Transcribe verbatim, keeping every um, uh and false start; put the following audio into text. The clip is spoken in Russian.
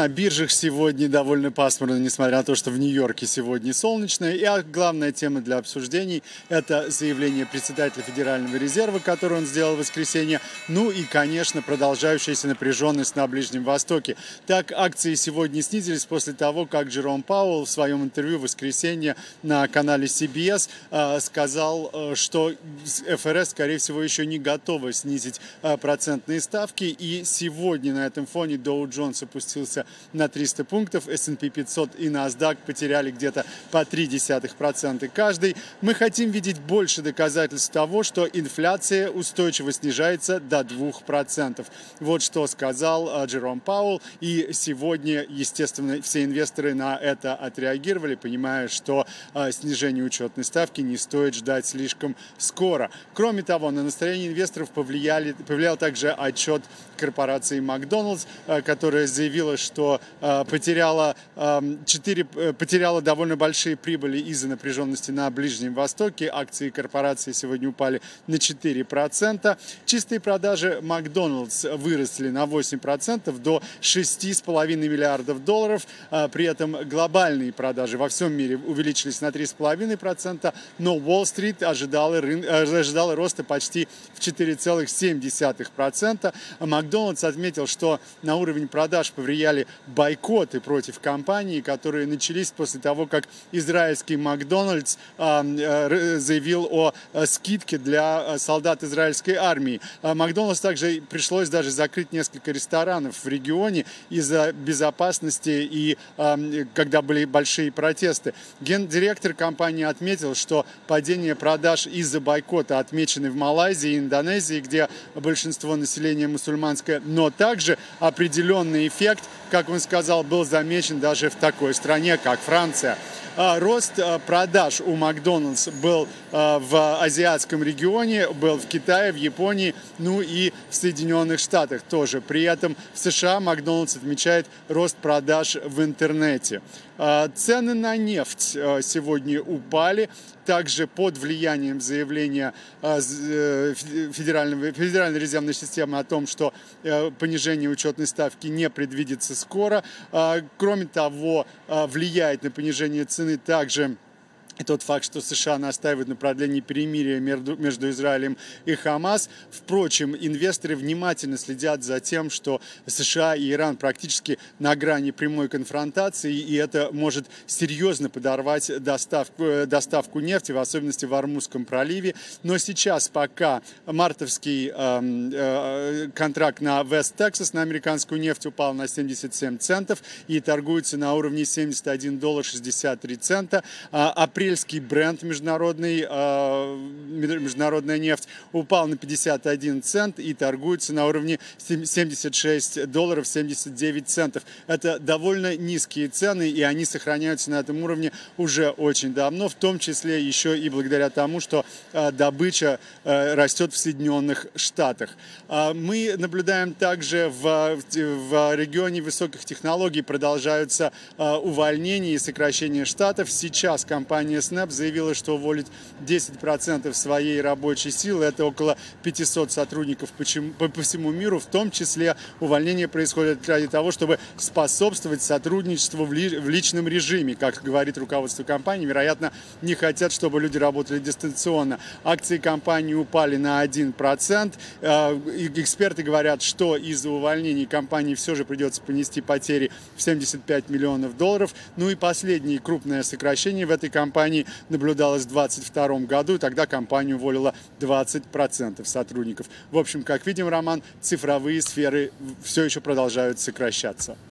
На биржах сегодня довольно пасмурно, несмотря на то, что в Нью-Йорке сегодня солнечно. И главная тема для обсуждений – это заявление председателя Федерального резерва, которое он сделал в воскресенье. Ну и, конечно, продолжающаяся напряженность на Ближнем Востоке. Так, акции сегодня снизились после того, как Джером Пауэлл в своем интервью в воскресенье на канале си би эс э, сказал, э, что эф эр эс, скорее всего, еще не готова снизить э, процентные ставки. И сегодня на этом фоне Dow Jones опустился на триста пунктов, эс энд пи пятьсот и NASDAQ потеряли где-то по ноль целых три десятых процента каждый. Мы хотим видеть больше доказательств того, что инфляция устойчиво снижается до двух процентов. Вот что сказал Джером Пауэлл. И сегодня, естественно, все инвесторы на это отреагировали, понимая, что снижение учетной ставки не стоит ждать слишком скоро. Кроме того, на настроение инвесторов повлияли, повлиял также отчет корпорации Макдоналдс, которая заявила, что э, потеряла, э, четыре, э, потеряла довольно большие прибыли из-за напряженности на Ближнем Востоке. Акции корпорации сегодня упали на четыре процента. Чистые продажи Макдоналдс выросли на восемь процентов до шести с половиной миллиардов долларов. Э, при этом глобальные продажи во всем мире увеличились на три с половиной процента, но Уолл-стрит ожидала, рын... ожидала роста почти в четыре целых семь десятых процента. Макдоналдс отметил, что на уровень продаж повлияли бойкоты против компании, которые начались после того, как израильский Макдональдс э, заявил о скидке для солдат израильской армии. Макдональдс также пришлось даже закрыть несколько ресторанов в регионе из-за безопасности и э, когда были большие протесты. Гендиректор компании отметил, что падение продаж из-за бойкота отмечены в Малайзии и Индонезии, где большинство населения мусульманское, но также определенный эффект, как он сказал, был замечен даже в такой стране, как Франция. Рост продаж у Макдоналдс был в азиатском регионе, был в Китае, в Японии, ну и в Соединенных Штатах тоже. При этом в США Макдоналдс отмечает рост продаж в интернете. Цены на нефть сегодня упали, также под влиянием заявления Федерального, Федеральной резервной системы о том, что понижение учетной ставки не предвидится скоро. Кроме того, влияет на понижение цены также и тот факт, что США настаивают на продлении перемирия между, между Израилем и Хамас. Впрочем, инвесторы внимательно следят за тем, что США и Иран практически на грани прямой конфронтации, и это может серьезно подорвать доставку, доставку нефти, в особенности в Ормузском проливе. Но сейчас, пока мартовский э, э, контракт на West Texas, на американскую нефть, упал на семьдесят семь центов и торгуется на уровне семьдесят один доллар шестьдесят три цента, а апрель Апрельский бренд международный, э, международная нефть упал на пятьдесят один цент и торгуется на уровне семьдесят шесть долларов семьдесят девять центов. Это довольно низкие цены, и они сохраняются на этом уровне уже очень давно, в том числе еще и благодаря тому, что э, добыча э, растет в Соединенных Штатах. Э, мы наблюдаем также в, в регионе высоких технологий продолжаются э, увольнения и сокращения штатов. Сейчас компания Snap заявила, что уволит десять процентов своей рабочей силы. Это около пятисот сотрудников по, по всему миру. В том числе увольнения происходят ради того, чтобы способствовать сотрудничеству в, ли, в личном режиме. Как говорит руководство компании, вероятно, не хотят, чтобы люди работали дистанционно. Акции компании упали на один процент. Эксперты говорят, что из-за увольнений компании все же придется понести потери в семьдесят пять миллионов долларов. Ну и последнее крупное сокращение в этой компании наблюдалось в две тысячи двадцать втором году, тогда компания уволила двадцать процентов сотрудников. В общем, как видим, Роман, цифровые сферы все еще продолжают сокращаться.